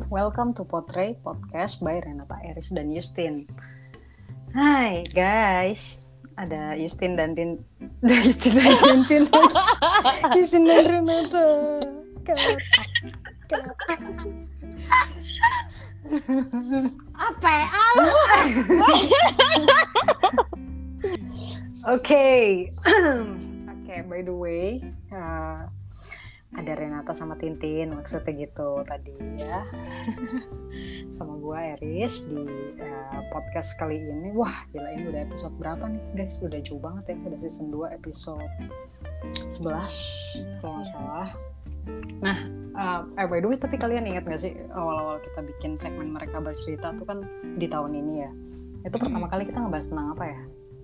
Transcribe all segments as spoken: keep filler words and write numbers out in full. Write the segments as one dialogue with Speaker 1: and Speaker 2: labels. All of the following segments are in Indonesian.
Speaker 1: welcome to Portray Podcast by Renata Eris dan Justin. Hai guys, ada Justin dan Tin, ada Justin dan Tintin, Justin dan Renata. Kat, kat.
Speaker 2: Apa ya?
Speaker 1: Oke, oke. By the way, uh, ada Renata sama Tintin, maksudnya gitu tadi ya. Sama gue Eris di uh, podcast kali ini. Wah, gila, ini udah episode berapa nih guys? Udah jauh banget ya, udah season dua episode sebelas kalau nggak salah. Nah, uh, eh by the way, tapi kalian ingat gak sih awal-awal kita bikin segmen Mereka Bercerita tuh kan di tahun ini ya? Itu pertama kali kita ngebahas tentang apa ya?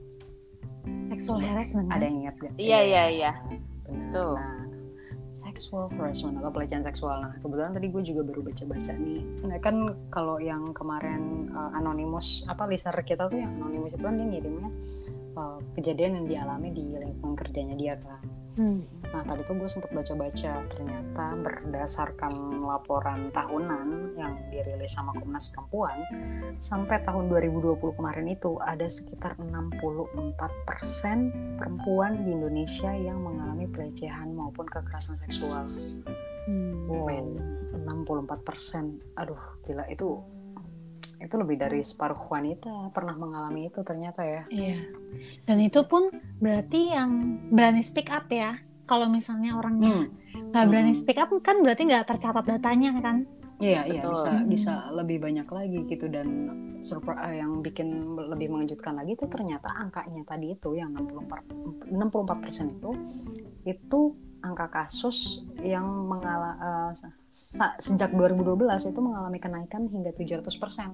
Speaker 2: Sexual harassment.
Speaker 1: Ada yang ingat gak?
Speaker 3: Iya, iya, iya.
Speaker 1: Benar.
Speaker 3: Tuh.
Speaker 1: Nah, sexual harassment atau pelecehan seksual. Nah, kebetulan tadi gue juga baru baca-baca nih. Nah, kan kalau yang kemarin uh, anonymous, apa listener kita tuh yang anonymous itu kan dia ngirimnya uh, kejadian yang dialami di lingkungan kerjanya dia kan.
Speaker 2: Hmm.
Speaker 1: Nah, tadi tuh gue sempat baca-baca, ternyata berdasarkan laporan tahunan yang dirilis sama Komnas Perempuan, sampai tahun dua ribu dua puluh kemarin itu ada sekitar enam puluh empat persen perempuan di Indonesia yang mengalami pelecehan maupun kekerasan seksual.
Speaker 2: Hmm.
Speaker 1: Wow, enam puluh empat persen. Aduh, gila, itu itu lebih dari separuh wanita pernah mengalami itu ternyata ya.
Speaker 2: Iya. Dan itu pun berarti yang berani speak up ya. Kalau misalnya orangnya nggak hmm. berani speak up kan berarti nggak tercatat datanya kan.
Speaker 1: Iya, iya,
Speaker 3: Betul.
Speaker 1: bisa bisa lebih banyak lagi gitu. Dan surprise yang bikin lebih mengejutkan lagi itu ternyata angkanya tadi itu yang enam puluh empat persen itu itu angka kasus yang mengalami uh, sa- sejak dua ribu dua belas itu mengalami kenaikan hingga tujuh ratus persen.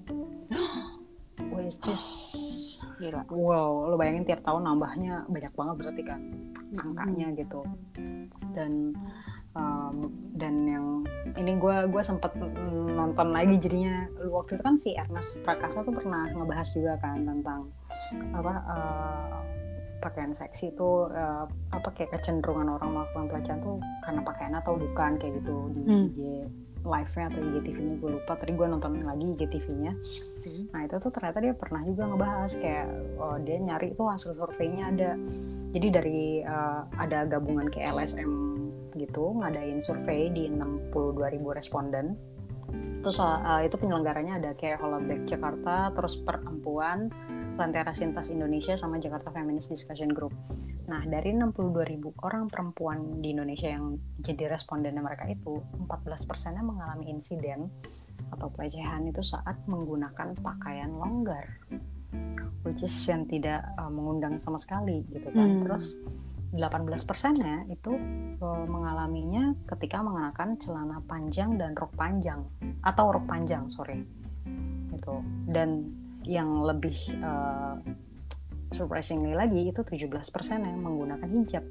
Speaker 1: Which is gila. Wow, lo bayangin tiap tahun nambahnya banyak banget berarti kan angkanya gitu. Dan um, dan yang ini gue gue sempat nonton lagi jadinya waktu itu kan si Ernest Prakasa tuh pernah ngebahas juga kan tentang apa uh, pakaian seksi itu uh, apa kayak kecenderungan orang melakukan pelecehan tuh karena pakaian atau bukan kayak gitu di
Speaker 2: hmm.
Speaker 1: I G live-nya atau I G T V-nya gue lupa, tadi gue nonton lagi I G T V-nya. hmm. Nah itu tuh ternyata dia pernah juga ngebahas kayak oh, dia nyari tuh hasil surveinya ada, jadi dari uh, ada gabungan kayak L S M gitu ngadain survei di enam puluh dua ribu responden. Terus uh, itu penyelenggaranya ada kayak Holoback Jakarta, terus Perempuan, Lentera Sintas Indonesia, sama Jakarta Feminist Discussion Group. Nah, dari enam puluh dua ribu orang perempuan di Indonesia yang jadi respondennya mereka itu, empat belas persennya mengalami insiden atau pelecehan itu saat menggunakan pakaian longgar, which is yang tidak uh, mengundang sama sekali gitu kan. Hmm. Terus delapan belas persennya itu uh, mengalaminya ketika mengenakan celana panjang dan rok panjang atau rok panjang, sorry. Gitu. Dan yang lebih uh, surprisingly lagi itu tujuh belas persen yang menggunakan hijab.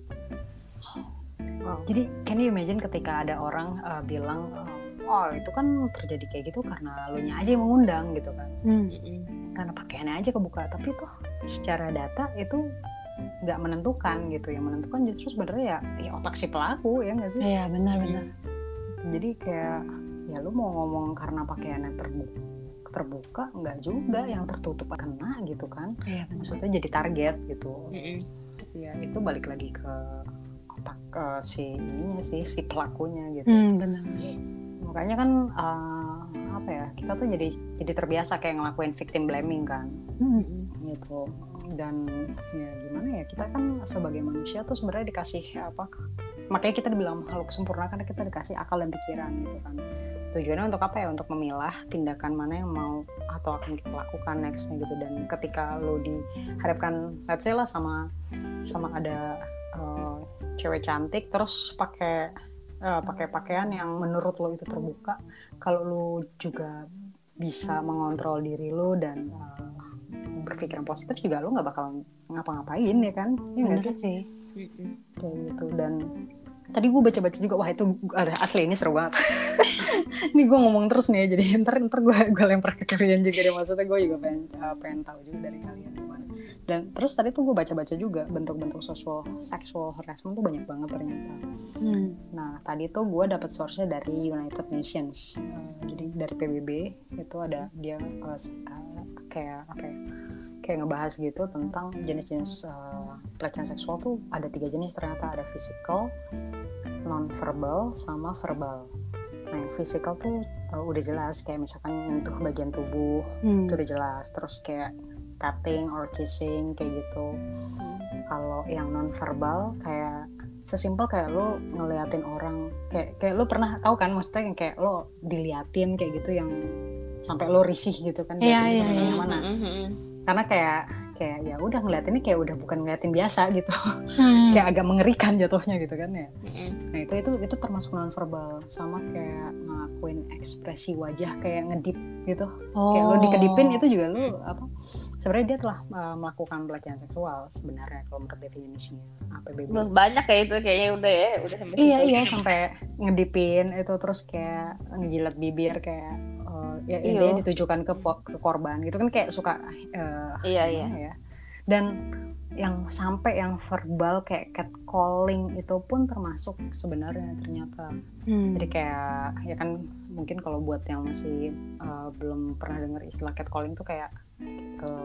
Speaker 1: Wow. Jadi can you imagine ketika ada orang uh, bilang oh itu kan terjadi kayak gitu karena lo nya aja yang mengundang gitu kan. Hmm. Karena pakaiannya aja kebuka, tapi tuh secara data itu nggak menentukan gitu. Yang menentukan justru sebenarnya ya, ya otak si pelaku, ya nggak sih?
Speaker 2: Iya, benar-benar.
Speaker 1: Jadi kayak ya lu mau ngomong karena pakaiannya terbuka terbuka nggak juga, yang tertutup kena gitu kan. Iya, maksudnya jadi target gitu. Mm-hmm. Ya itu balik lagi ke otak uh, si ininya sih, si pelakunya gitu.
Speaker 2: Mm, benar.
Speaker 1: Makanya kan uh, apa ya, kita tuh jadi jadi terbiasa kayak ngelakuin victim blaming kan. Mm-hmm. Gitu. Dan ya gimana ya, kita kan sebagai manusia tuh sebenarnya dikasih apa, makanya kita dibilang makhluk sempurna karena kita dikasih akal dan pikiran gitu kan. Tujuannya untuk apa ya? Untuk memilah tindakan mana yang mau atau akan kita lakukan nextnya gitu. Dan ketika lo dihadapkan, let's say lah sama sama ada uh, cewek cantik terus pakai uh, pakai pakaian yang menurut lo itu terbuka, kalau lo juga bisa mengontrol diri lo dan uh, berpikiran positif juga lo nggak bakal ngapa-ngapain ya kan? Ya nggak sih?
Speaker 2: sih.
Speaker 1: Kayak gitu. Dan tadi gue baca-baca juga, wah itu ada asli ini seru banget. Ini gue ngomong terus nih, jadi ntar ntar gue gue lempar ke kalian juga deh, maksudnya gue juga pengen uh, pengen tahu juga dari kalian gimana. Dan terus tadi tuh gue baca-baca juga bentuk-bentuk sexual sexual harassment tuh banyak banget ternyata. Hmm. Nah tadi tuh gue dapat source-nya dari United Nations. Uh, jadi dari P B B itu ada dia uh, uh, kayak apa ya? Kayak ngebahas gitu tentang jenis-jenis uh, pelecehan seksual tuh ada tiga jenis ternyata, ada physical, non-verbal, sama verbal. Nah yang physical tuh uh, udah jelas kayak misalkan nyentuh bagian tubuh, hmm. itu udah jelas. Terus kayak patting or kissing kayak gitu. Hmm. Kalau yang non-verbal kayak sesimpel kayak lo ngeliatin orang, kayak kayak lo pernah tahu kan maksudnya yang kayak lo diliatin kayak gitu yang sampai lo risih gitu kan?
Speaker 2: Iya iya.
Speaker 1: Yang mana? Karena kayak kayak ya udah ngeliatinnya kayak udah bukan ngeliatin biasa gitu. Hmm. Kayak agak mengerikan jatuhnya gitu kan ya. Hmm. Nah itu itu itu termasuk non-verbal, sama kayak ngelakuin ekspresi wajah kayak ngedip gitu. Oh. Kayak lo dikedipin itu juga lo apa? Sebenarnya dia telah uh, melakukan pelecehan seksual sebenarnya kalau menurut definisinya A P B B.
Speaker 3: Banyak kayak itu kayaknya udah ya, udah sampai
Speaker 1: iya situ. Iya sampai ngedipin itu, terus kayak ngejilat bibir kayak uh, ya intinya ditujukan ke ke korban gitu kan, kayak suka uh,
Speaker 3: iya iya
Speaker 1: ya. Dan yang sampai yang verbal kayak catcalling itu pun termasuk sebenarnya ternyata. Hmm. Jadi kayak ya kan mungkin kalau buat yang masih uh, belum pernah dengar istilah catcalling tuh kayak uh,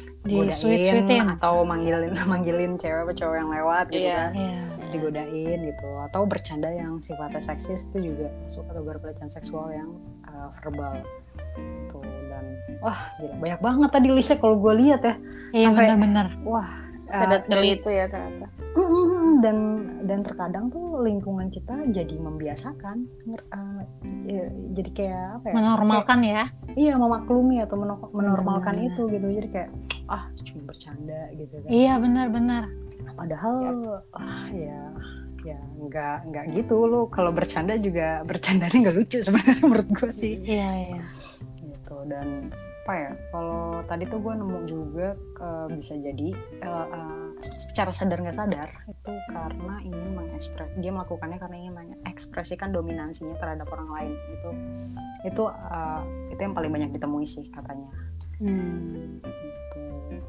Speaker 1: godain atau manggilin manggilin cewek atau cowok yang lewat gitu yeah. kan, yeah. digodain gitu, atau bercanda yang sifatnya seksis itu juga masuk kategori pelecehan seksual yang uh, verbal tuh. Dan wah gila banyak banget tadi listnya kalau gue lihat ya.
Speaker 2: Iya benar-benar.
Speaker 1: Wah
Speaker 3: sedetail uh, itu ya ternyata.
Speaker 1: Dan dan terkadang tuh lingkungan kita jadi membiasakan, uh, ya, jadi kayak apa ya?
Speaker 2: Menormalkan
Speaker 1: kayak,
Speaker 2: ya?
Speaker 1: Iya memaklumi atau menor- menormalkan benar, itu gitu. Jadi kayak ah cuma bercanda gitu kan?
Speaker 2: Iya benar-benar.
Speaker 1: Padahal ya. ah ya ya nggak nggak gitu lo. Kalau bercanda juga bercandanya nggak lucu sebenarnya menurut gue sih.
Speaker 2: Iya iya.
Speaker 1: Gitu. Dan apa ya? Kalau tadi tuh gue nemu juga uh, bisa jadi uh, uh, secara sadar nggak sadar itu karena ingin mengekspres dia melakukannya karena ingin mengekspresikan dominansinya terhadap orang lain. Itu itu uh, itu yang paling banyak ditemui sih katanya. Hmm. Gitu.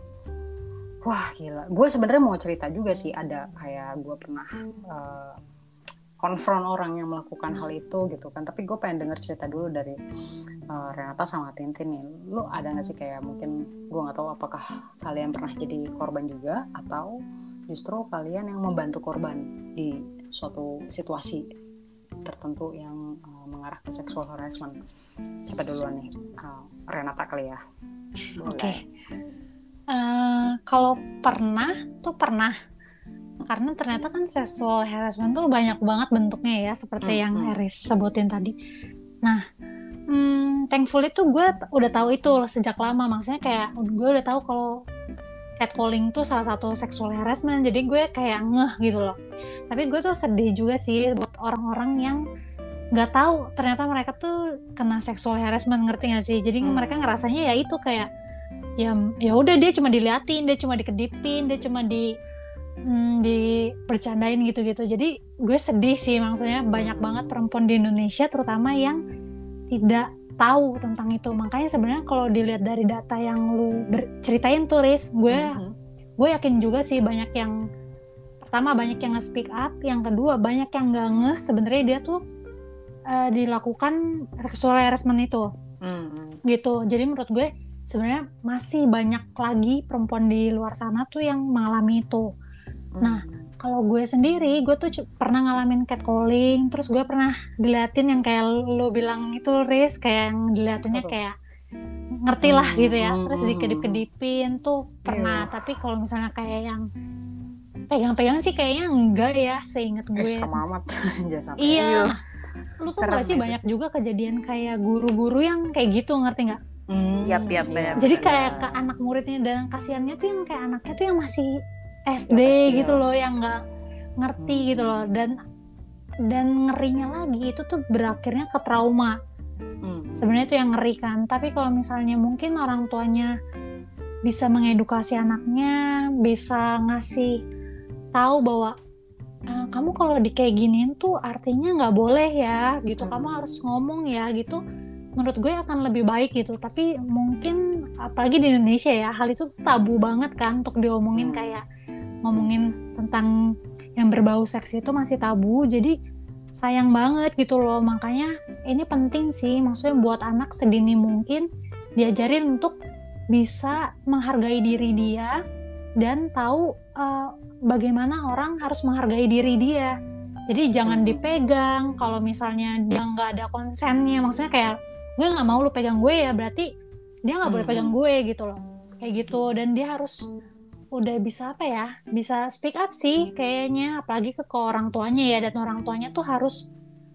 Speaker 1: Wah gila. Gue sebenarnya mau cerita juga sih, ada kayak gue pernah uh, konfront orang yang melakukan hal itu gitu kan. Tapi gue pengen denger cerita dulu dari uh, Renata sama Tintin nih. Lo ada nggak sih kayak mungkin gue nggak tahu apakah kalian pernah jadi korban juga atau justru kalian yang membantu korban di suatu situasi tertentu yang uh, mengarah ke sexual harassment. Siapa duluan nih? Uh, Renata kali ya.
Speaker 2: Oke. Okay. Uh, kalau pernah tuh pernah. Karena ternyata kan sexual harassment tuh banyak banget bentuknya ya, seperti hmm, yang Eris sebutin tadi. Nah, hmm, thankfully tuh gue t- udah tahu itu sejak lama. Maksudnya kayak gue udah tahu kalau catcalling tuh salah satu sexual harassment. Jadi gue kayak ngeh gitu loh. Tapi gue tuh sedih juga sih buat orang-orang yang nggak tahu ternyata mereka tuh kena sexual harassment, ngerti nggak sih? Jadi hmm. mereka ngerasanya ya itu kayak ya ya udah dia cuma diliatin, dia cuma dikedipin, dia cuma di Hmm, dipercandain gitu-gitu. Jadi gue sedih sih, maksudnya banyak banget perempuan di Indonesia terutama yang tidak tahu tentang itu. Makanya sebenarnya kalau dilihat dari data yang lu ber- ceritain tuh Riz, gue mm-hmm. gue yakin juga sih banyak yang pertama banyak yang nge-speak up, yang kedua banyak yang nggak ngeh sebenarnya dia tuh uh, dilakukan sexual harassment itu. Mm-hmm. Gitu. Jadi menurut gue sebenarnya masih banyak lagi perempuan di luar sana tuh yang mengalami itu. Nah, kalau gue sendiri, gue tuh c- pernah ngalamin catcalling, terus gue pernah diliatin yang kayak lo bilang itu, Riz, kayak yang diliatinnya kayak ngerti lah gitu ya, terus dikedip-kedipin tuh pernah. Yeah. Tapi kalau misalnya kayak yang pegang-pegang sih kayaknya enggak ya, seinget gue.
Speaker 1: Extra mamat, jangan sampai.
Speaker 2: Iya, lu tuh gak sih itu. Banyak juga kejadian kayak guru-guru yang kayak gitu, ngerti gak?
Speaker 3: Hmm, yap, yap, yap.
Speaker 2: Jadi kayak ke anak muridnya, dan kasihannya tuh yang kayak anaknya tuh yang masih S D ya, gitu loh, yang nggak ngerti hmm. gitu loh, dan dan ngerinya lagi itu tuh berakhirnya ke trauma. Hmm. Sebenarnya itu yang ngeri kan. Tapi kalau misalnya mungkin orang tuanya bisa mengedukasi anaknya, bisa ngasih tahu bahwa e, kamu kalau di kayak giniin tuh artinya nggak boleh ya, gitu. Hmm. Kamu harus ngomong ya, gitu. menurut gue akan lebih baik gitu. Tapi mungkin apalagi di Indonesia ya, hal itu tabu banget kan untuk diomongin, kayak ngomongin tentang yang berbau seks itu masih tabu. Jadi sayang banget gitu loh. Makanya ini penting sih, maksudnya buat anak sedini mungkin diajarin untuk bisa menghargai diri dia dan tahu uh, bagaimana orang harus menghargai diri dia. Jadi jangan dipegang kalau misalnya dia nggak ada konsennya. Maksudnya kayak gue nggak mau lu pegang gue ya, berarti dia nggak boleh pegang gue gitu loh. Kayak gitu. Dan dia harus udah bisa apa ya, bisa speak up sih kayaknya, apalagi ke, ke orang tuanya ya. Dan orang tuanya tuh harus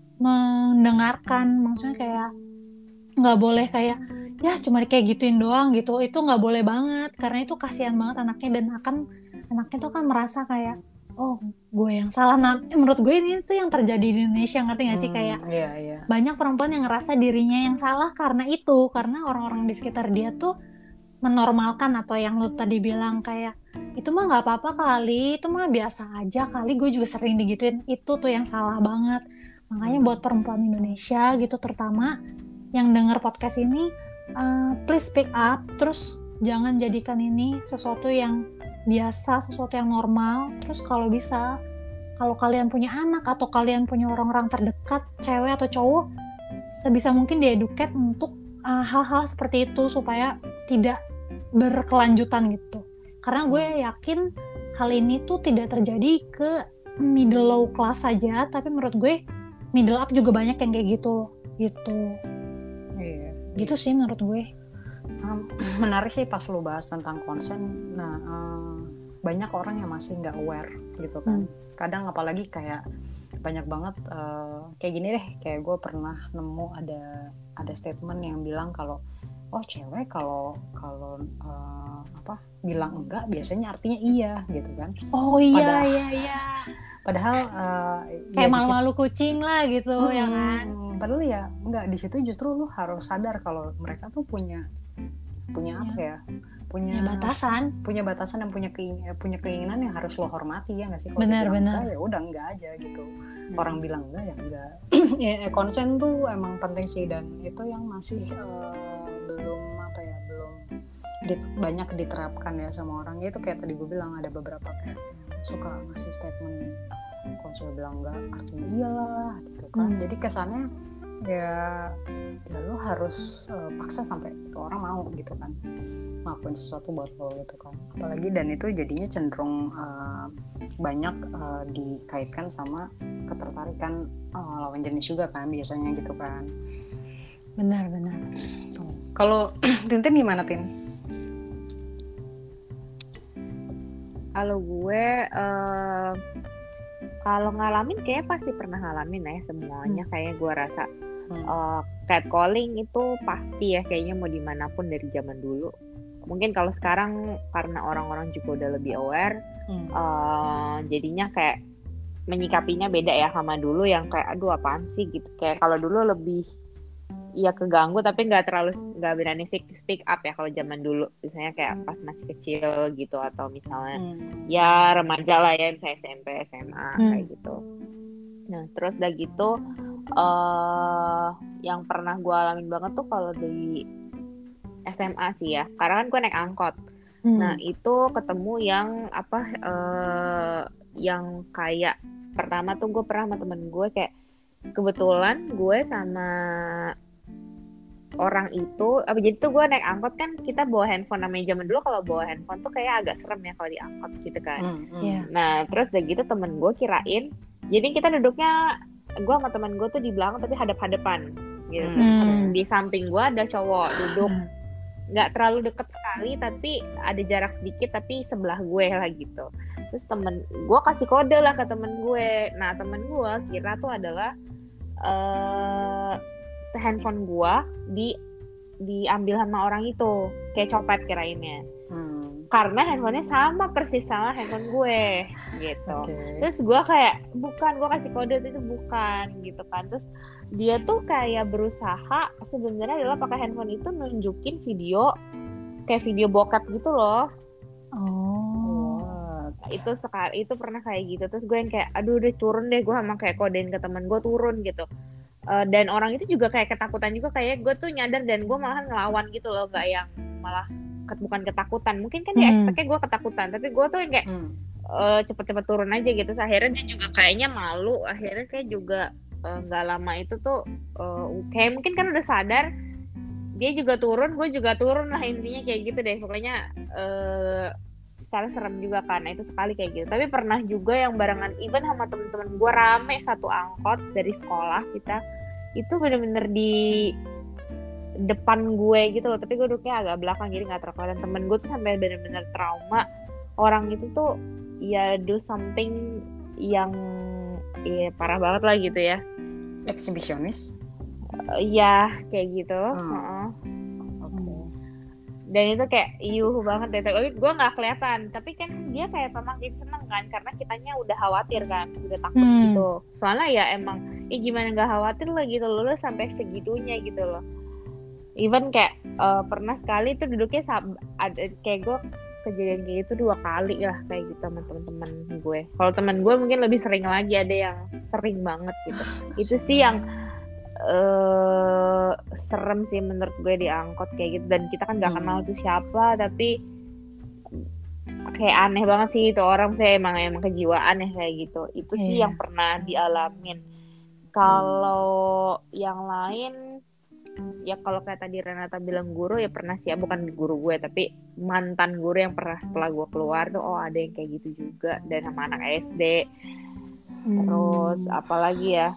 Speaker 2: mendengarkan. Maksudnya kayak nggak boleh kayak ya cuma kayak gituin doang gitu. Itu nggak boleh banget, karena itu kasihan banget anaknya. Dan akan anaknya tuh kan merasa kayak, oh gue yang salah. Nah, menurut gue ini tuh yang terjadi di Indonesia, ngerti gak sih? Hmm, kayak
Speaker 1: iya, iya.
Speaker 2: banyak perempuan yang ngerasa dirinya yang salah karena itu, karena orang-orang di sekitar dia tuh menormalkan, atau yang lu tadi bilang kayak itu mah nggak apa-apa kali, itu mah biasa aja kali, gue juga sering digituin. Itu tuh yang salah banget. Makanya buat perempuan Indonesia gitu terutama yang denger podcast ini, uh, please speak up, terus jangan jadikan ini sesuatu yang biasa, sesuatu yang normal. Terus kalau bisa, kalau kalian punya anak atau kalian punya orang-orang terdekat, cewek atau cowok, sebisa mungkin dieduket untuk uh, hal-hal seperti itu supaya tidak berkelanjutan gitu. Karena gue yakin hal ini tuh tidak terjadi ke middle low class saja, tapi menurut gue middle up juga banyak yang kayak gitu gitu.
Speaker 1: Iya.
Speaker 2: Gitu sih menurut gue.
Speaker 1: Um, menarik sih pas lu bahas tentang konsen. Nah, um, banyak orang yang masih nggak aware gitu kan. Hmm. Kadang apalagi kayak banyak banget uh, kayak gini deh. Kayak gue pernah nemu ada ada statement yang bilang kalau oh cewek kalau kalau uh, apa bilang enggak biasanya artinya iya gitu kan.
Speaker 2: Oh iya
Speaker 1: padahal,
Speaker 2: iya iya.
Speaker 1: Padahal uh,
Speaker 2: kayak
Speaker 1: ya
Speaker 2: malu-malu kucing lah gitu, hmm, ya kan.
Speaker 1: Padahal ya enggak, di situ justru lu harus sadar kalau mereka tuh punya punya apa ya, punya
Speaker 2: ya, batasan
Speaker 1: punya batasan dan punya keinginan, punya keinginan yang harus lo hormati ya nggak sih? Kalau
Speaker 2: benar-benar
Speaker 1: ya udah enggak aja gitu. hmm. Orang bilang enggak ya enggak. Ya, konsen tuh emang penting sih, dan itu yang masih uh, belum apa ya belum di, banyak diterapkan ya sama orang. Itu kayak tadi gue bilang ada beberapa kayak suka ngasih statement kalau saya bilang enggak artinya iyalah gitu kan. hmm. Jadi kesannya ya ya lo harus uh, paksa sampai itu orang mau gitu kan ngelakuin sesuatu buat lo gitu kan. Apalagi dan itu jadinya cenderung uh, banyak uh, dikaitkan sama ketertarikan uh, lawan jenis juga kan biasanya gitu kan.
Speaker 2: Benar-benar.
Speaker 1: Kalau Tintin gimana, Tin?
Speaker 3: Kalau gue uh, kalau ngalamin kayaknya pasti pernah ngalamin ya semuanya. hmm. Kayaknya gue rasa hmm. uh, catcalling itu pasti ya kayaknya mau dimanapun dari zaman dulu. Mungkin kalau sekarang karena orang-orang juga udah lebih aware, hmm. uh, jadinya kayak menyikapinya beda ya sama dulu yang kayak aduh apaan sih gitu. Kayak kalau dulu lebih ya keganggu tapi nggak terlalu nggak berani speak up ya kalau zaman dulu, misalnya kayak pas masih kecil gitu atau misalnya hmm. ya remaja lah ya misalnya S M P S M A hmm. kayak gitu. Nah terus udah gitu uh, yang pernah gue alamin banget tuh kalau di S M A sih ya, karena kan gue naik angkot. hmm. Nah itu ketemu yang apa uh, yang kayak pertama tuh gue pernah sama temen gue kayak kebetulan gue sama orang itu apa jadi tuh gue naik angkot kan kita bawa handphone, namanya zaman dulu kalau bawa handphone tuh kayak agak serem ya kalau di angkot gitu kan. mm, mm. Yeah. Nah terus udah gitu temen gue kirain jadi kita duduknya gue sama temen gue tuh di belakang tapi hadap-hadapan gitu. mm. Di samping gue ada cowok duduk nggak terlalu deket sekali tapi ada jarak sedikit tapi sebelah gue lah gitu. Terus temen gue kasih kode lah ke temen gue. Nah temen gue kira tuh adalah uh, handphone gue di diambil sama orang itu, kayak copet kirainnya. hmm. Karena handphonenya sama persis sama handphone gue gitu. okay. Terus gue kayak bukan, gue kasih kode itu bukan gitu kan. Terus dia tuh kayak berusaha sebenarnya adalah pakai handphone itu nunjukin video kayak video bokep gitu loh.
Speaker 2: Oh
Speaker 3: itu sekali itu pernah kayak gitu. Terus gue yang kayak aduh udah turun deh, gue emang kayak kodein ke teman gue turun gitu. uh, dan orang itu juga kayak ketakutan juga, kayak gue tuh nyadar dan gue malahan ngelawan gitu loh, gak yang malah bukan ketakutan, mungkin kan dia
Speaker 2: Hmm.
Speaker 3: expect-nya gue ketakutan, tapi gue tuh yang kayak
Speaker 1: Hmm.
Speaker 3: uh, cepet-cepet turun aja gitu. So, akhirnya dia juga kayaknya malu, akhirnya kayak juga nggak uh, lama itu tuh uh, kayak mungkin kan udah sadar, dia juga turun, gue juga turun lah, intinya kayak gitu deh pokoknya. uh, sekarang serem juga kan, nah, itu sekali kayak gitu. Tapi pernah juga yang barengan even sama temen-temen gue, rame satu angkot dari sekolah kita, itu bener-bener di depan gue gitu loh, tapi gue duduknya agak belakang jadi nggak terkelihatan. Temen gue tuh sampai bener-bener trauma, orang itu tuh ya do something yang ya parah banget lah gitu ya,
Speaker 1: Eksibisionis.
Speaker 3: uh, ya kayak gitu.
Speaker 1: Hmm.
Speaker 3: uh-uh.
Speaker 1: Oke.
Speaker 3: Dan itu kayak iuh banget deh, tapi gue nggak kelihatan, tapi kan dia kayak semakin seneng kan, karena kitanya udah khawatir kan, udah takut
Speaker 2: Hmm.
Speaker 3: gitu. Soalnya ya emang, ya gimana nggak khawatir lah gitu loh, lo sampai segitunya gitu loh. Even kayak uh, pernah sekali tuh duduknya sab- ada kayak gue kejadian kayak gitu dua kali lah kayak gitu sama teman-teman gue. Kalau teman gue mungkin lebih sering lagi, ada yang sering banget gitu. Itu sih yang uh, serem sih menurut gue di angkot kayak gitu. Dan kita kan nggak kenal
Speaker 1: Hmm.
Speaker 3: tuh siapa, tapi kayak aneh banget sih itu orang. Saya emang emang kejiwaan ya kayak gitu. Itu sih
Speaker 2: Iya.
Speaker 3: yang pernah dialamin. Kalau yang lain ya kalau kayak tadi Renata bilang guru, ya pernah sih ya, bukan guru gue tapi mantan guru yang pernah setelah gue keluar tuh, oh ada yang kayak gitu juga. Dan sama anak S D.
Speaker 2: Hmm.
Speaker 3: Terus apalagi ya,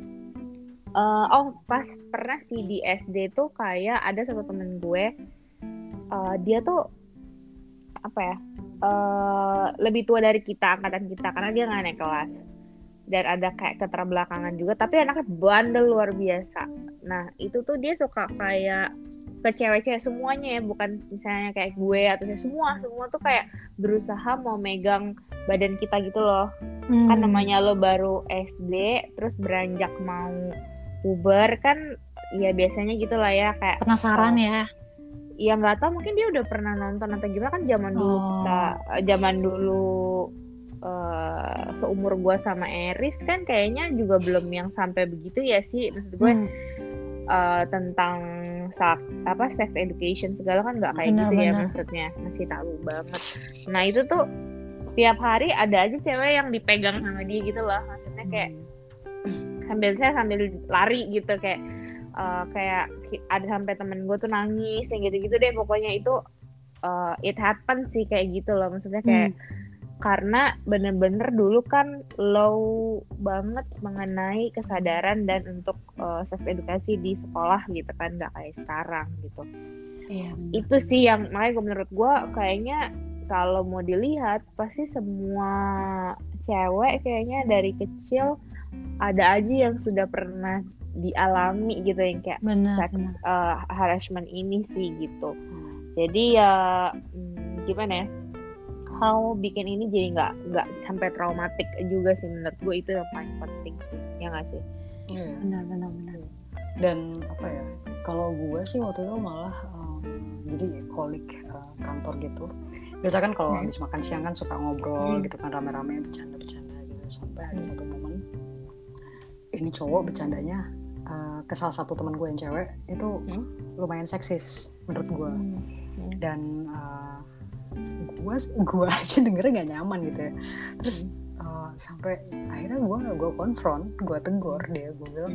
Speaker 3: uh, oh pas pernah sih di S D tuh kayak ada satu temen gue, uh, dia tuh apa ya, uh, lebih tua dari kita, angkatan kita, karena dia nggak naik kelas. Dan ada kayak keterbelakangan juga, tapi anaknya bandel luar biasa. Nah itu tuh dia suka kayak ke cewek-cewek semuanya ya, bukan misalnya kayak gue atau semua semua tuh kayak berusaha mau megang badan kita gitu loh.
Speaker 2: Hmm.
Speaker 3: Kan namanya lo baru S D terus beranjak mau puber kan, ya biasanya gitulah ya, kayak
Speaker 2: Penasaran
Speaker 3: uh,
Speaker 2: ya.
Speaker 3: ya nggak tahu, mungkin dia udah pernah nonton atau gimana kan. Zaman dulu
Speaker 2: Oh.
Speaker 3: kita zaman dulu uh, seumur gue sama Eris kan kayaknya juga belum yang sampai begitu ya sih, maksud gue.
Speaker 2: Hmm.
Speaker 3: uh, tentang sak, apa sex education segala kan nggak kayak gitu ya,
Speaker 2: Benar-benar.
Speaker 3: maksudnya masih tabu banget. Nah itu tuh tiap hari ada aja cewek yang dipegang sama dia gitu loh, maksudnya kayak sambil saya sambil lari gitu, kayak uh, kayak ada sampai temen gue tuh nangis yang gitu-gitu deh pokoknya. Itu uh, it happen sih kayak gitu loh, maksudnya kayak
Speaker 2: Hmm.
Speaker 3: karena bener-bener dulu kan low banget mengenai kesadaran dan untuk uh, sex edukasi di sekolah gitu kan, nggak kayak sekarang gitu.
Speaker 2: Iya. benar.
Speaker 3: Itu sih yang makanya gue, menurut gue kayaknya kalau mau dilihat pasti semua cewek kayaknya dari kecil ada aja yang sudah pernah dialami gitu, yang kayak
Speaker 2: Benar,
Speaker 3: sex
Speaker 2: benar.
Speaker 3: uh, harassment ini sih gitu. Jadi ya hmm, gimana ya, how bikin ini jadi nggak nggak sampai traumatik juga sih, menurut gue itu yang paling penting sih, ya nggak sih?
Speaker 1: Iya.
Speaker 2: Benar, benar, benar.
Speaker 1: Dan apa ya, kalau gue sih waktu itu malah um, jadi kolik uh, kantor gitu. Biasa kan kalau
Speaker 3: Hmm.
Speaker 1: habis makan siang kan suka ngobrol
Speaker 3: Hmm.
Speaker 1: gitu kan, rame-rame bercanda-bercanda gitu. Sampai ada satu momen ini cowok bercandanya uh, ke salah satu teman gue yang cewek itu
Speaker 3: Hmm.
Speaker 1: lumayan seksis menurut gue.
Speaker 3: Hmm.
Speaker 1: Dan uh, gue gue aja dengernya nggak nyaman gitu ya. Terus uh, sampai akhirnya gue gue konfront, gue tegur dia, gue bilang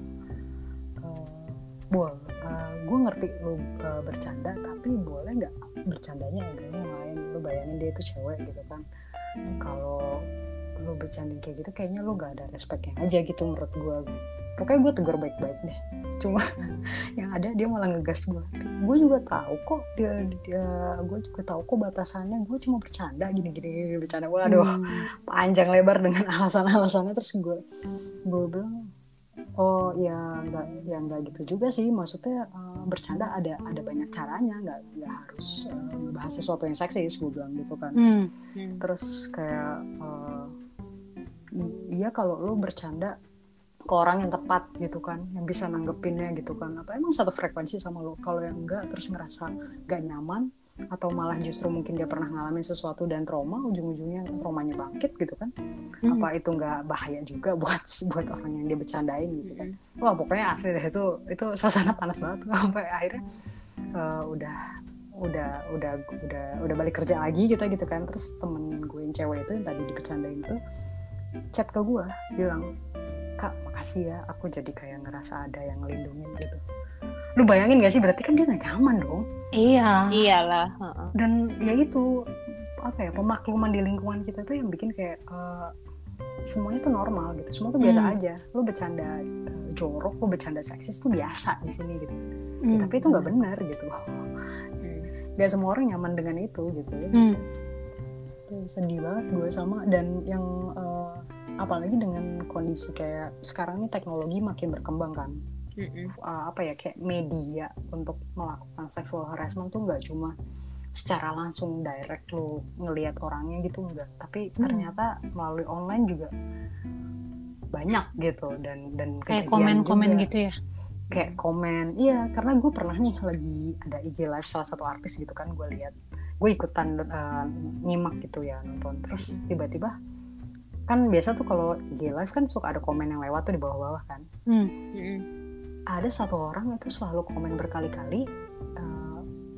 Speaker 1: uh, Bol, uh, gue ngerti lu uh, bercanda, tapi boleh nggak bercandanya agaknya yang lain. Lu bayangin dia itu cewek gitu kan, kalau lu bercandain kayak gitu kayaknya lu nggak ada respectnya aja gitu menurut gue. Pokoknya gue tegur baik-baik deh. Cuma yang ada dia malah ngegas gue. Gue juga tahu kok dia, dia gue juga tahu kok batasannya. Gue cuma bercanda gini-gini bercanda. Waduh,
Speaker 2: Hmm.
Speaker 1: panjang lebar dengan alasan-alasannya. Terus gue gue bilang, oh ya nggak ya nggak gitu juga sih. Maksudnya uh, bercanda ada ada banyak caranya. Nggak nggak harus uh, ngebahas sesuatu yang seksis. Gue bilang gitu kan.
Speaker 2: Hmm.
Speaker 1: Terus kayak uh, iya kalau lo bercanda ke orang yang tepat gitu kan, yang bisa nanggepinnya gitu kan, atau emang satu frekuensi sama lo. Kalau yang enggak terus ngerasa gak nyaman, atau malah justru mungkin dia pernah ngalamin sesuatu dan trauma, ujung-ujungnya traumanya bangkit gitu kan. Hmm. Apa itu nggak bahaya juga buat buat orang yang dia bercandain gitu kan. Wah pokoknya asli deh itu itu suasana panas banget sampai akhirnya uh, udah udah udah udah udah balik kerja lagi kita gitu kan. Terus temen gue yang cewek itu yang tadi dibercandain itu chat ke gue bilang, Kak makasih ya, aku jadi kayak ngerasa ada yang ngelindungin gitu. Lu bayangin gak sih, berarti kan dia gak nyaman dong.
Speaker 2: Iya.
Speaker 3: Iyalah.
Speaker 1: Dan ya itu apa ya, pemakluman di lingkungan kita tuh yang bikin kayak uh, semuanya tuh normal gitu, semua tuh biasa hmm. aja. Lu bercanda uh, jorok, lu bercanda seksis tuh biasa di sini gitu. Hmm. Ya, tapi itu nggak benar gitu. Hmm. Gak semua orang nyaman dengan itu gitu. Ya. Hmm. Tuh, sedih banget gue sama. Dan yang uh, apalagi dengan kondisi kayak sekarang ini teknologi makin berkembang kan. Uh, apa ya kayak media untuk melakukan sexual harassment tuh nggak cuma secara langsung direct lo ngelihat orangnya gitu, enggak, tapi hmm. ternyata melalui online juga banyak gitu. Dan dan
Speaker 2: kayak komen-komen gitu ya,
Speaker 1: kayak komen. Iya, karena gue pernah nih lagi ada I G live salah satu artis gitu kan, gue lihat, gue ikutan uh, nyimak gitu ya, nonton. Terus tiba-tiba kan biasa tuh kalau I G live kan suka ada komen yang lewat tuh di bawah-bawah kan. hmm. Hmm. Ada satu orang itu selalu komen berkali-kali uh,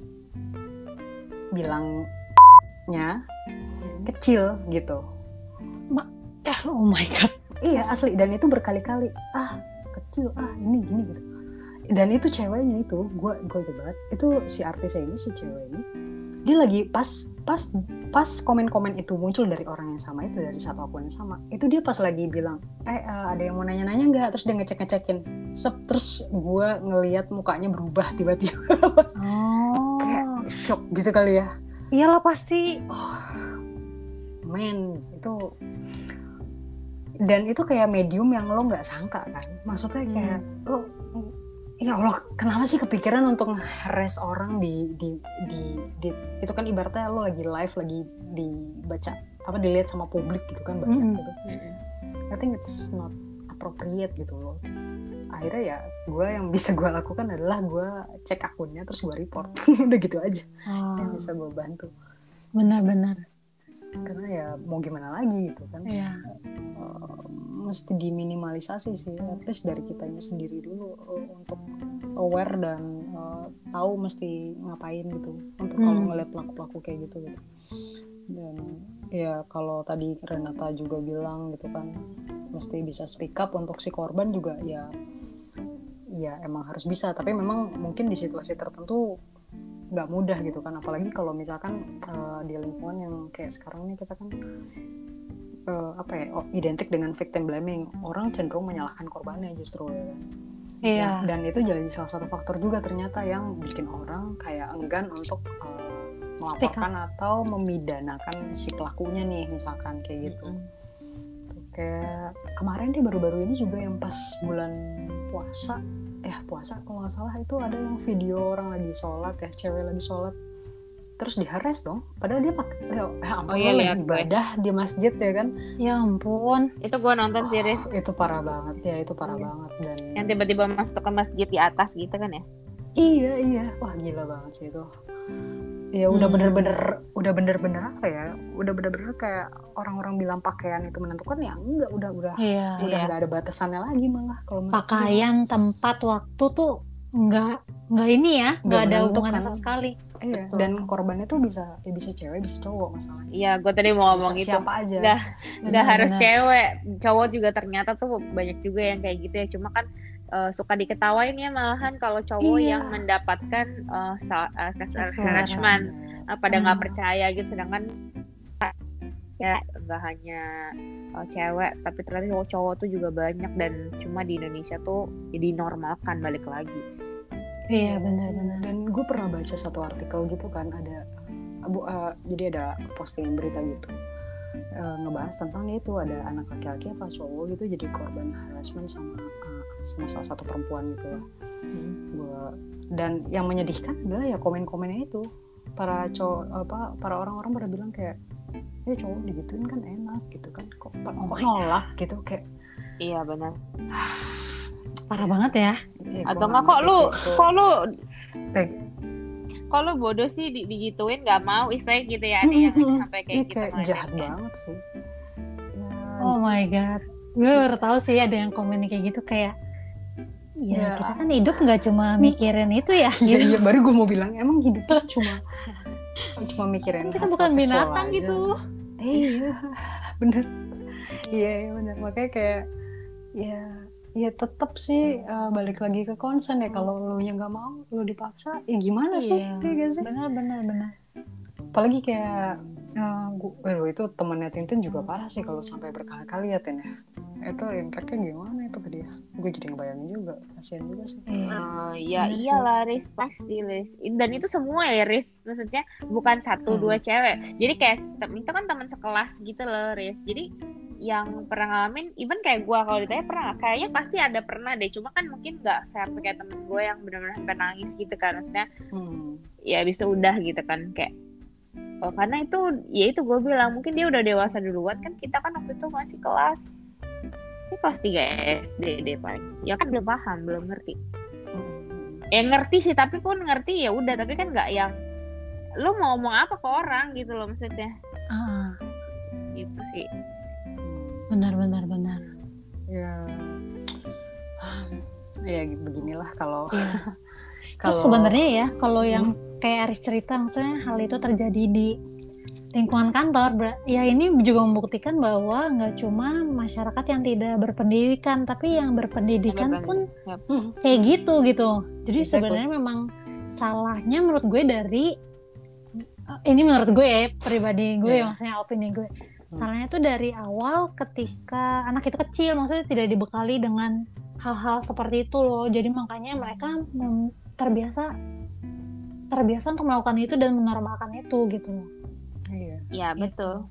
Speaker 1: bilangnya kecil gitu.
Speaker 2: Ma- ya, oh my god.
Speaker 1: Iya asli, dan itu berkali-kali, ah kecil, ah ini gini gitu. Dan itu ceweknya itu, gue gue gitu banget. Itu si artisnya ini, si cewek ini, dia lagi pas pas pas komen-komen itu muncul dari orang yang sama itu, dari satu akun yang sama. Itu dia pas lagi bilang, eh uh, ada yang mau nanya-nanya nggak? Terus dia ngecek-ngecekin. Sep, terus gue ngelihat mukanya berubah tiba-tiba. Oh. Kayak shock gitu kali ya.
Speaker 2: Iyalah pasti.
Speaker 1: Oh, men itu. Dan itu kayak medium yang lo nggak sangka kan. Maksudnya kayak hmm. lo, ya Allah, kenapa sih kepikiran untuk nge-harass orang di, di di di itu kan ibaratnya lo lagi live, lagi dibaca apa dilihat sama publik gitu kan banyak hmm. gitu. I think it's not appropriate gitu loh. Akhirnya ya gue yang bisa gue lakukan adalah gue cek akunnya terus gue report. Udah gitu aja oh. yang bisa gue bantu.
Speaker 2: Benar-benar.
Speaker 1: Karena ya mau gimana lagi gitu kan.
Speaker 2: Yeah.
Speaker 1: Uh, mesti diminimalisasi sih, at least dari kitanya sendiri dulu uh, untuk aware dan uh, tahu mesti ngapain gitu untuk hmm. kalau ngeliat pelaku-pelaku kayak gitu gitu. Dan ya kalau tadi Renata juga bilang gitu kan, mesti bisa speak up untuk si korban juga ya. Ya emang harus bisa, tapi memang mungkin di situasi tertentu nggak mudah gitu kan, apalagi kalau misalkan uh, di lingkungan yang kayak sekarang ini kita kan uh, apa ya oh, identik dengan victim blaming, orang cenderung menyalahkan korbannya justru ya kan.
Speaker 2: Iya.
Speaker 1: Ya, dan itu jadi salah satu faktor juga ternyata yang bikin orang kayak enggan untuk uh, melaporkan atau memidanakan si pelakunya nih misalkan kayak gitu. Mm-hmm. Kayak kemarin deh baru-baru ini juga yang pas bulan puasa ya puasa kalau nggak salah itu ada yang video orang lagi sholat ya, cewek lagi sholat terus diharas dong, padahal dia pakai ya ampun oh, iya, lagi ibadah gue. Di masjid ya kan,
Speaker 2: ya ampun
Speaker 3: itu gue nonton
Speaker 1: oh,
Speaker 3: series
Speaker 1: itu parah banget ya, itu parah hmm. banget. Dan
Speaker 3: yang tiba-tiba masuk ke masjid di atas gitu kan ya,
Speaker 1: iya iya wah gila banget sih itu ya. Udah hmm. bener-bener udah bener-bener apa ya, udah bener-bener kayak orang-orang bilang pakaian itu menentukan, ya enggak, udah udah
Speaker 2: iya,
Speaker 1: udah
Speaker 2: iya.
Speaker 1: nggak ada batasannya lagi malah kalau
Speaker 2: pakaian itu. Tempat waktu tuh nggak nggak ini ya nggak ada hubungan sama sekali.
Speaker 1: Iya. Betul. Dan korbannya tuh bisa ya bisa cewek bisa cowok masalahnya.
Speaker 3: Iya, gue tadi mau ngomong
Speaker 1: bisa
Speaker 3: itu
Speaker 1: siapa aja
Speaker 3: nggak nggak harus cewek, cowok juga ternyata tuh banyak juga yang kayak gitu ya, cuma kan Uh, suka diketawain ya malahan kalau cowok iya. yang mendapatkan uh, uh, sex harassment uh, pada nggak hmm. percaya gitu, sedangkan ya nggak hanya uh, cewek tapi ternyata cowok-cowok tuh juga banyak, dan cuma di Indonesia tuh jadi normalkan balik lagi.
Speaker 2: Iya benar-benar.
Speaker 1: Dan gue pernah baca satu artikel gitu kan, ada uh, uh, jadi ada posting berita gitu uh, ngebahas tentang itu ada anak laki-laki apa cowok gitu jadi korban harassment sama uh, sama salah satu perempuan gitu lah. Hmm. Gua, dan yang menyedihkan adalah ya komen-komennya itu para cowok apa para orang-orang pada bilang kayak ya cowok digituin kan enak gitu kan, kok, kok nolak gitu kayak.
Speaker 3: Iya benar.
Speaker 2: Parah banget ya.
Speaker 1: ya
Speaker 3: Atau nggak kok lu kok lu kok lo bodoh sih di, digituin nggak mau istilahnya gitu ya, ada yang sampai kayak
Speaker 1: Iya,
Speaker 3: gitu
Speaker 1: kayak
Speaker 3: ngeliatnya.
Speaker 1: jahat banget sih. Ya,
Speaker 2: Oh my god, gue baru tahu sih ada yang komen kayak gitu, kayak ya
Speaker 1: Ya.
Speaker 2: kita kan hidup nggak cuma mikirin itu ya
Speaker 1: Iya,
Speaker 2: gitu.
Speaker 1: iya, baru gue mau bilang emang hidup kita cuma cuma mikirin
Speaker 2: Kan kita
Speaker 1: hasrat
Speaker 2: bukan
Speaker 1: seksual
Speaker 2: binatang
Speaker 1: aja.
Speaker 2: gitu.
Speaker 1: Eh, iya, bener. Iya, iya bener. Makanya kayak ya, ya tetap sih uh, balik lagi ke konsen ya. Kalau lu nya nggak mau, lu dipaksa, ya gimana sih?
Speaker 2: Iya,
Speaker 1: Iya gak sih?
Speaker 2: benar benar benar.
Speaker 1: Apalagi kayak uh, gua, waduh, itu temennya Tintin juga parah sih kalau sampai berkali-kali ya Tin ya. Itu impactnya gimana itu ke dia? Gue jadi ngebayangin juga, kasian juga sih.
Speaker 2: Iya.
Speaker 3: Uh, ya
Speaker 2: Bener sih.
Speaker 3: iyalah Riz, pasti Riz. Dan itu semua ya Riz, maksudnya bukan satu
Speaker 1: Hmm.
Speaker 3: dua cewek. Jadi kayak tem- itu kan teman sekelas gitu loh Riz. Jadi yang pernah ngalamin, even kayak gue kalau ditanya pernah nggak? Kayaknya pasti ada pernah deh. Cuma kan mungkin nggak sampai kayak temen gue yang benar-benar sampai nangis gitu kan. Maksudnya
Speaker 1: Hmm.
Speaker 3: ya bisa udah gitu kan kayak. Oh, karena itu ya itu gue bilang mungkin dia udah dewasa duluan kan, kita kan waktu itu masih kelas ini kelas tiga S D deh paling. Ya kan belum paham, belum ngerti. Ya ngerti sih, tapi pun ngerti ya udah, tapi kan nggak yang lo mau ngomong apa ke orang gitu loh maksudnya.
Speaker 2: Ah,
Speaker 3: Gitu sih.
Speaker 2: benar benar benar.
Speaker 1: Ya, ya beginilah kalau
Speaker 2: Iya.
Speaker 1: kalau
Speaker 2: Terus sebenarnya ya kalau yang kayak Aris cerita, maksudnya hal itu terjadi di lingkungan kantor, ber- ya ini juga membuktikan bahwa nggak cuma masyarakat yang tidak berpendidikan, tapi yang berpendidikan
Speaker 3: Yang
Speaker 2: pun
Speaker 3: Yap.
Speaker 2: kayak gitu gitu. Jadi
Speaker 1: Exactly.
Speaker 2: sebenarnya memang salahnya menurut gue dari, ini menurut gue ya, pribadi gue,
Speaker 1: Yeah.
Speaker 2: maksudnya opini gue, salahnya tuh dari awal ketika anak itu kecil, maksudnya tidak dibekali dengan hal-hal seperti itu loh. Jadi makanya mereka mem- terbiasa terbiasa untuk melakukan itu dan menormalkan itu gitu loh.
Speaker 1: iya.
Speaker 3: Ya betul.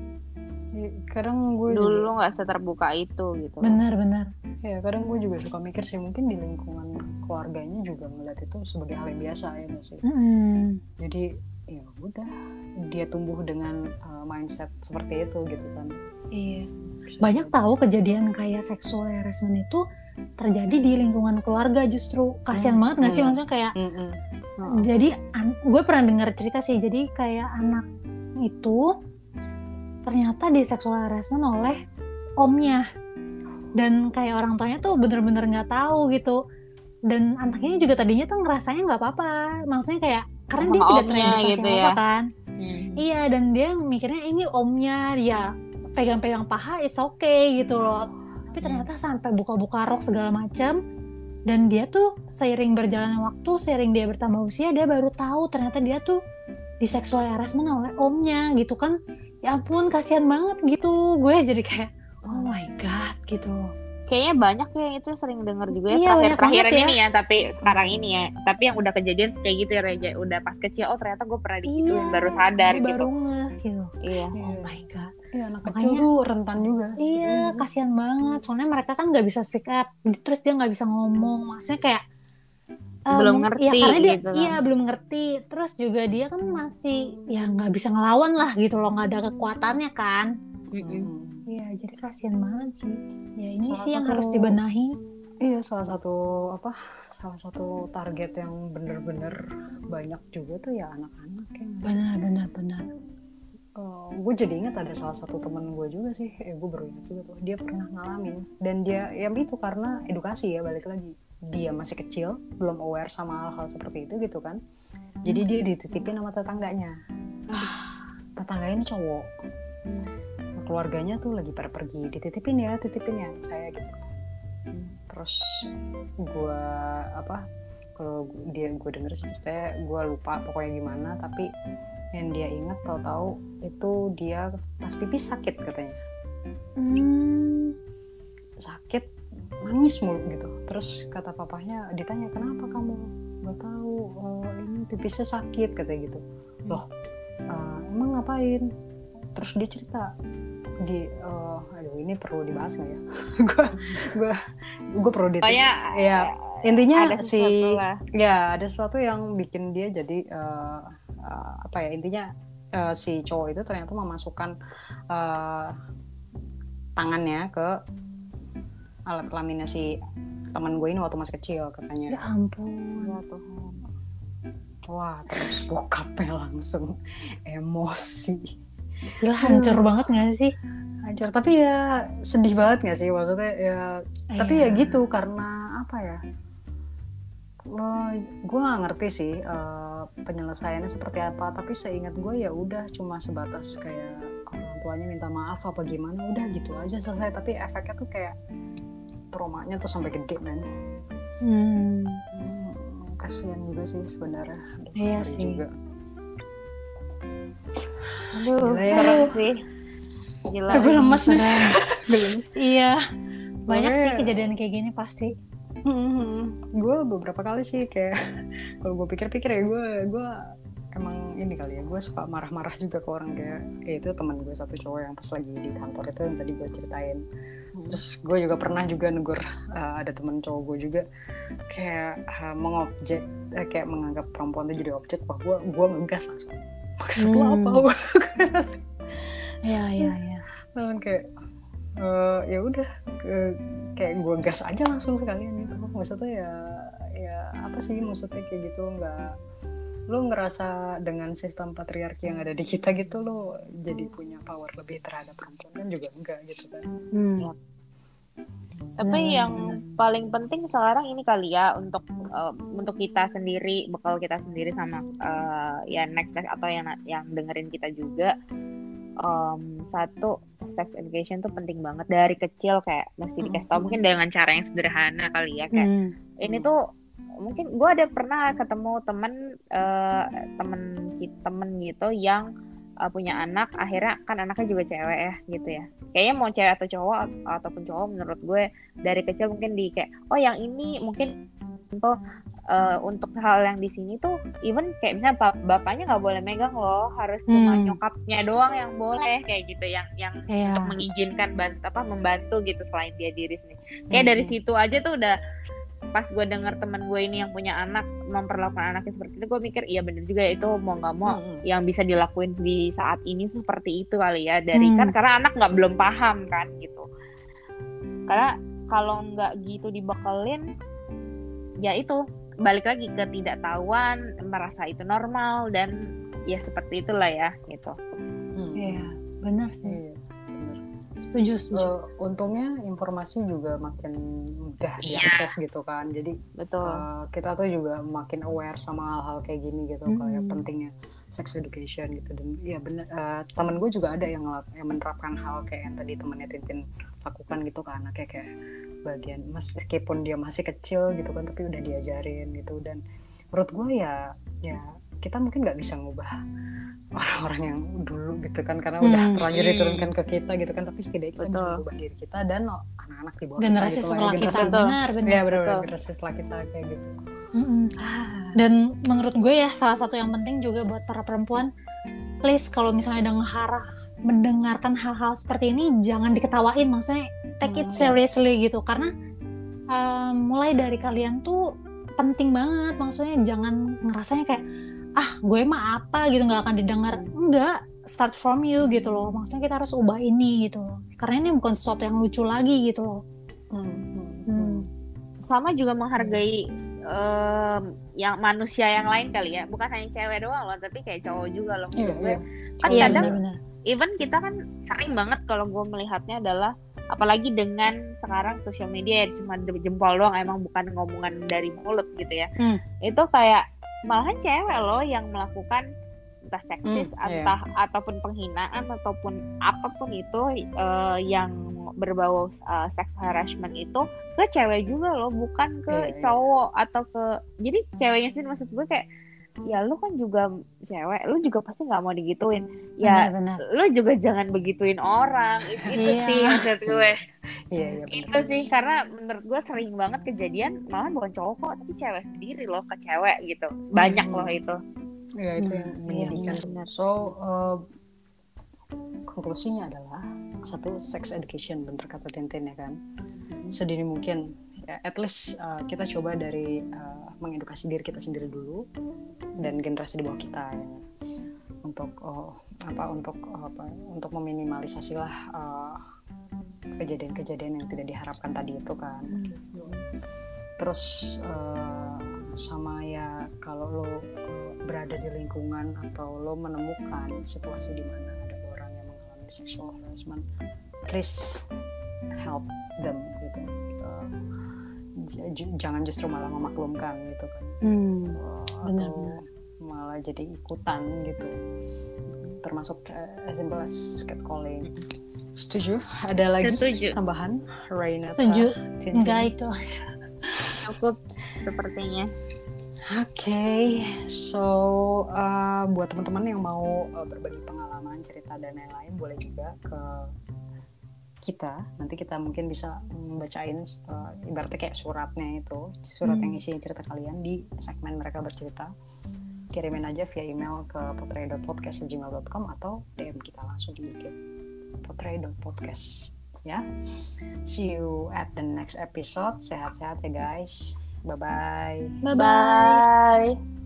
Speaker 1: Ya, kadang gue
Speaker 3: Dulu
Speaker 1: juga,
Speaker 3: nggak seterbuka itu gitu.
Speaker 2: Benar-benar.
Speaker 1: ya kadang gue juga suka mikir sih, mungkin di lingkungan keluarganya juga melihat itu sebagai hal yang biasa ya nggak sih.
Speaker 2: Mm-hmm.
Speaker 1: Jadi ya udah, dia tumbuh dengan uh, mindset seperti itu gitu kan.
Speaker 2: Iya. Banyak tahu kejadian kayak sexual harassment itu terjadi di lingkungan keluarga justru. Kasian
Speaker 1: Hmm.
Speaker 2: banget nggak sih,
Speaker 1: Hmm.
Speaker 2: maksudnya kayak
Speaker 1: Mm-mm.
Speaker 2: jadi an- gue pernah dengar cerita sih, jadi kayak anak itu ternyata di sexual harassment oleh omnya, dan kayak orang tuanya tuh bener-bener nggak tahu gitu, dan anaknya juga tadinya tuh ngerasanya nggak apa-apa, maksudnya kayak karena
Speaker 3: Sama
Speaker 2: dia tidak
Speaker 3: omnya
Speaker 2: terindikasi
Speaker 3: gitu
Speaker 2: apa
Speaker 3: ya.
Speaker 2: kan.
Speaker 3: Hmm.
Speaker 2: Iya, dan dia mikirnya ini omnya, ya pegang-pegang paha it's okay gitu loh, tapi ternyata sampai buka-buka rok segala macam. Dan dia tuh seiring berjalannya waktu, seiring dia bertambah usia, dia baru tahu ternyata dia tuh di sexual harassment oleh omnya gitu kan. Ya ampun, kasihan banget gitu. Gue jadi kayak oh my god gitu loh.
Speaker 3: Kayaknya banyak ya, itu sering dengar juga ya,
Speaker 2: Iya, banyak
Speaker 3: terakhir-terakhir
Speaker 2: banget
Speaker 3: ini ya. Tapi sekarang ini ya, tapi yang udah kejadian kayak gitu ya Reja, udah pas kecil, oh ternyata gue pernah digituin,
Speaker 2: Iya,
Speaker 3: baru sadar
Speaker 2: gue
Speaker 3: gitu.
Speaker 2: baru ngeh gitu.
Speaker 3: Iya.
Speaker 2: Oh my god.
Speaker 1: Iya, anak
Speaker 2: Makanya-
Speaker 1: kecil tuh rentan juga sih.
Speaker 2: Iya, kasihan banget. Soalnya mereka kan nggak bisa speak up, terus dia nggak bisa ngomong. Maksudnya kayak um,
Speaker 3: Belum ngerti
Speaker 2: ya karena dia,
Speaker 3: gitu kan.
Speaker 2: iya belum ngerti. Terus juga dia kan masih ya nggak bisa ngelawan lah gitu loh, nggak ada kekuatannya kan.
Speaker 3: Mm-mm.
Speaker 1: Hmm.
Speaker 2: Iya, jadi kasihan banget sih. Ya ini
Speaker 1: Salah
Speaker 2: sih yang
Speaker 1: satu-
Speaker 2: harus dibenahi.
Speaker 1: Iya, salah satu apa? Salah satu target yang bener-bener banyak juga tuh ya anak-anak ya.
Speaker 2: Benar, benar, benar.
Speaker 1: Uh, gue jadi ingat ada salah satu teman gue juga sih, eh gue baru ingat juga tuh, dia pernah ngalamin, dan dia ya itu karena edukasi ya, balik lagi dia masih kecil, belum aware sama hal-hal seperti itu gitu kan, jadi dia dititipin sama tetangganya. Tetangganya ini cowok, nah, keluarganya tuh lagi pada pergi, dititipin ya, titipin ya saya gitu. Terus gue apa, kalau dia gue denger sih ceritanya, gue lupa pokoknya gimana, tapi yang dia ingat tahu-tahu itu dia pas pipis sakit katanya,
Speaker 2: Hmm.
Speaker 1: sakit nangis mulu gitu. Terus kata papahnya, ditanya kenapa kamu, nggak tahu, oh, ini pipisnya sakit katanya gitu. Loh, uh, emang ngapain? Terus dia cerita di, uh, aduh ini perlu dibahas nggak ya? Gue gue gue perlu di,
Speaker 3: Pokoknya
Speaker 1: ya intinya
Speaker 3: ada
Speaker 1: si
Speaker 3: sesuatu lah.
Speaker 1: ya ada sesuatu yang bikin dia jadi uh, uh, apa ya, intinya uh, si cowok itu ternyata memasukkan uh, tangannya ke alat kelaminnya si teman gue ini waktu masih kecil katanya.
Speaker 2: Ya ampun.
Speaker 3: Ya Tuhan.
Speaker 1: Wah, terus bokapnya langsung emosi.
Speaker 2: Gila, hancur hmm. banget gak sih?
Speaker 1: Hancur, tapi ya sedih banget gak sih maksudnya ya. Iya. Tapi ya gitu, karena apa ya, uh, gue gak ngerti sih uh, penyelesaiannya seperti apa. Tapi seingat gue ya udah cuma sebatas kayak orang tuanya minta maaf apa gimana, udah gitu aja selesai. Tapi efeknya tuh kayak traumanya tuh sampai gede, men.
Speaker 2: Hmm.
Speaker 1: Kasian juga sih sebenarnya.
Speaker 2: Iya sih.
Speaker 3: Juga. Aduh, gila ya. Serem sih. Gila.
Speaker 1: Gue lemes nih.
Speaker 2: Iya. Banyak Oke. sih kejadian kayak gini pasti.
Speaker 1: Hmm, gue beberapa kali sih kayak kalau gue pikir-pikir ya gue gue emang ini kali ya, gue suka marah-marah juga ke orang kayak ya itu teman gue satu cowok yang pas lagi di kantor itu yang tadi gue ceritain. Terus gue juga pernah juga negur uh, ada teman cowok gue juga kayak uh, mengobjek uh, kayak menganggap perempuan itu jadi objek, wah gue gue ngegas langsung. Maksud lo
Speaker 2: Hmm.
Speaker 1: apa?
Speaker 2: Iya iya iya.
Speaker 1: Langsung kayak uh, ya udah uh, kayak gue gas aja langsung sekalian gitu. Maksudnya ya ya apa sih maksudnya kayak gitu, nggak lo ngerasa dengan sistem patriarki yang ada di kita gitu lo jadi punya power lebih terhadap perempuan kan juga enggak gitu kan.
Speaker 2: Hmm.
Speaker 3: Tapi hmm. yang paling penting sekarang ini kali ya untuk uh, untuk kita sendiri, bekal kita sendiri sama uh, ya next next atau yang yang dengerin kita juga, um, satu sex education tuh penting banget dari kecil, kayak mesti dikasih tau, mungkin dengan cara yang sederhana kali ya, kayak hmm. ini tuh mungkin gue ada pernah ketemu temen uh, temen temen gitu yang uh, punya anak, akhirnya kan anaknya juga cewek ya gitu ya, kayaknya mau cewek atau cowok ataupun cowok, menurut gue dari kecil mungkin di kayak oh yang ini mungkin untuk uh, untuk hal yang di sini tuh even kayak misalnya bap- bapaknya nggak boleh megang loh, harus hmm. cuma nyokapnya doang yang boleh kayak gitu, yang yang yeah. untuk mengizinkan bantu, apa membantu gitu selain dia diri sendiri. Kayak hmm. dari situ aja tuh udah, pas gue dengar teman gue ini yang punya anak memperlakukan anaknya seperti itu, gue mikir iya bener juga, itu mau nggak mau hmm. yang bisa dilakuin di saat ini seperti itu kali ya, dari hmm. kan karena anak nggak belum paham kan gitu. Karena kalau nggak gitu dibekelin, ya itu balik lagi ke ketidaktahuan, merasa itu normal, dan ya seperti itulah ya gitu.
Speaker 2: Iya hmm. benar sih. Setuju, setuju.
Speaker 1: Uh, untungnya informasi juga makin mudah yeah. diakses gitu kan, jadi
Speaker 3: betul.
Speaker 1: Uh, kita tuh juga makin aware sama hal-hal kayak gini gitu, hmm. kayak pentingnya sex education gitu. Dan ya bener, uh, temen gue juga ada yang, yang menerapkan hal kayak yang tadi temennya Tintin lakukan gitu kan, anaknya kayak bagian meskipun dia masih kecil gitu kan, tapi udah diajarin gitu. Dan menurut gue ya ya kita mungkin nggak bisa ngubah orang-orang yang dulu gitu kan, karena hmm. udah terlanjur diturunkan ke kita gitu kan, tapi setidaknya kita Betul. bisa mengubah diri kita dan oh, anak-anak di bawah
Speaker 2: generasi
Speaker 1: kita,
Speaker 2: setelah
Speaker 1: gitu,
Speaker 2: kita benar benar
Speaker 1: ya benar-benar generasi setelah kita kayak gitu.
Speaker 2: Mm-hmm. Dan menurut gue ya salah satu yang penting juga buat para perempuan, please kalau misalnya dengar mendengarkan hal-hal seperti ini jangan diketawain, maksudnya take it seriously gitu, karena um, mulai dari kalian tuh penting banget, maksudnya jangan ngerasanya kayak ah gue mah apa gitu nggak akan didengar, enggak, start from you gitu loh, maksudnya kita harus ubah ini gitu loh, karena ini bukan sesuatu yang lucu lagi gitu loh. hmm.
Speaker 3: Hmm. Sama juga menghargai um, yang manusia yang lain kali ya, bukan hanya cewek doang loh, tapi kayak cowok juga loh.
Speaker 1: Iya,
Speaker 3: gue
Speaker 1: iya.
Speaker 3: kan
Speaker 2: iya,
Speaker 3: kadang
Speaker 2: benar-benar.
Speaker 3: Even kita kan sering banget kalau gue melihatnya adalah, apalagi dengan sekarang sosial media ya, cuma jempol doang, emang bukan ngomongan dari mulut gitu ya. hmm. Itu kayak malahan cewek loh yang melakukan entah seksis, hmm, entah yeah. ataupun penghinaan ataupun apapun itu uh, yang berbau uh, sex harassment itu ke cewek juga loh, bukan ke yeah, cowok yeah. atau ke, jadi ceweknya sendiri, maksud gue kayak ya lu kan juga cewek, lu juga pasti nggak mau digituin ya, benar, benar. Lu juga jangan begituin orang, itu, itu
Speaker 2: yeah.
Speaker 3: sih maksud gue.
Speaker 1: Iya, iya,
Speaker 3: itu sih, karena menurut gue sering banget kejadian malah bukan cowok kok, tapi cewek sendiri loh ke cewek gitu, banyak hmm. loh itu.
Speaker 1: Iya, itu yang menyedihkan. Hmm. So uh, konklusinya adalah satu, sex education, bener kata Tintin ya kan, sedini mungkin ya, at least uh, kita coba dari uh, mengedukasi diri kita sendiri dulu dan generasi di bawah kita ya, untuk oh, apa untuk oh, apa untuk meminimalisasi lah uh, kejadian-kejadian yang tidak diharapkan tadi itu kan. Hmm. Terus uh, sama ya kalau lo uh, berada di lingkungan atau lo menemukan situasi di mana ada orang yang mengalami sexual harassment, please help them gitu. Uh, j- jangan justru malah memaklumkan gitu kan.
Speaker 2: Hmm,
Speaker 1: uh,
Speaker 2: benar-benar.
Speaker 1: Atau malah jadi ikutan gitu. Termasuk uh, as simple as catcalling. Setuju? Ada lagi
Speaker 3: Setuju.
Speaker 1: tambahan? Raina?
Speaker 2: Setuju. Enggak itu.
Speaker 3: Cukup sepertinya.
Speaker 1: Oke, okay. so uh, buat teman-teman yang mau uh, berbagi pengalaman, cerita dan lain-lain, boleh juga ke kita. Nanti kita mungkin bisa membacain uh, ibaratnya kayak suratnya itu, surat hmm. yang isinya cerita kalian di segmen Mereka Bercerita. Kirimin aja via email ke potrei dot podcast at gmail dot com atau D M kita langsung di I G potrei dot podcast ya. See you at the next episode. Sehat-sehat ya guys. Bye-bye.
Speaker 2: Bye-bye.
Speaker 3: Bye.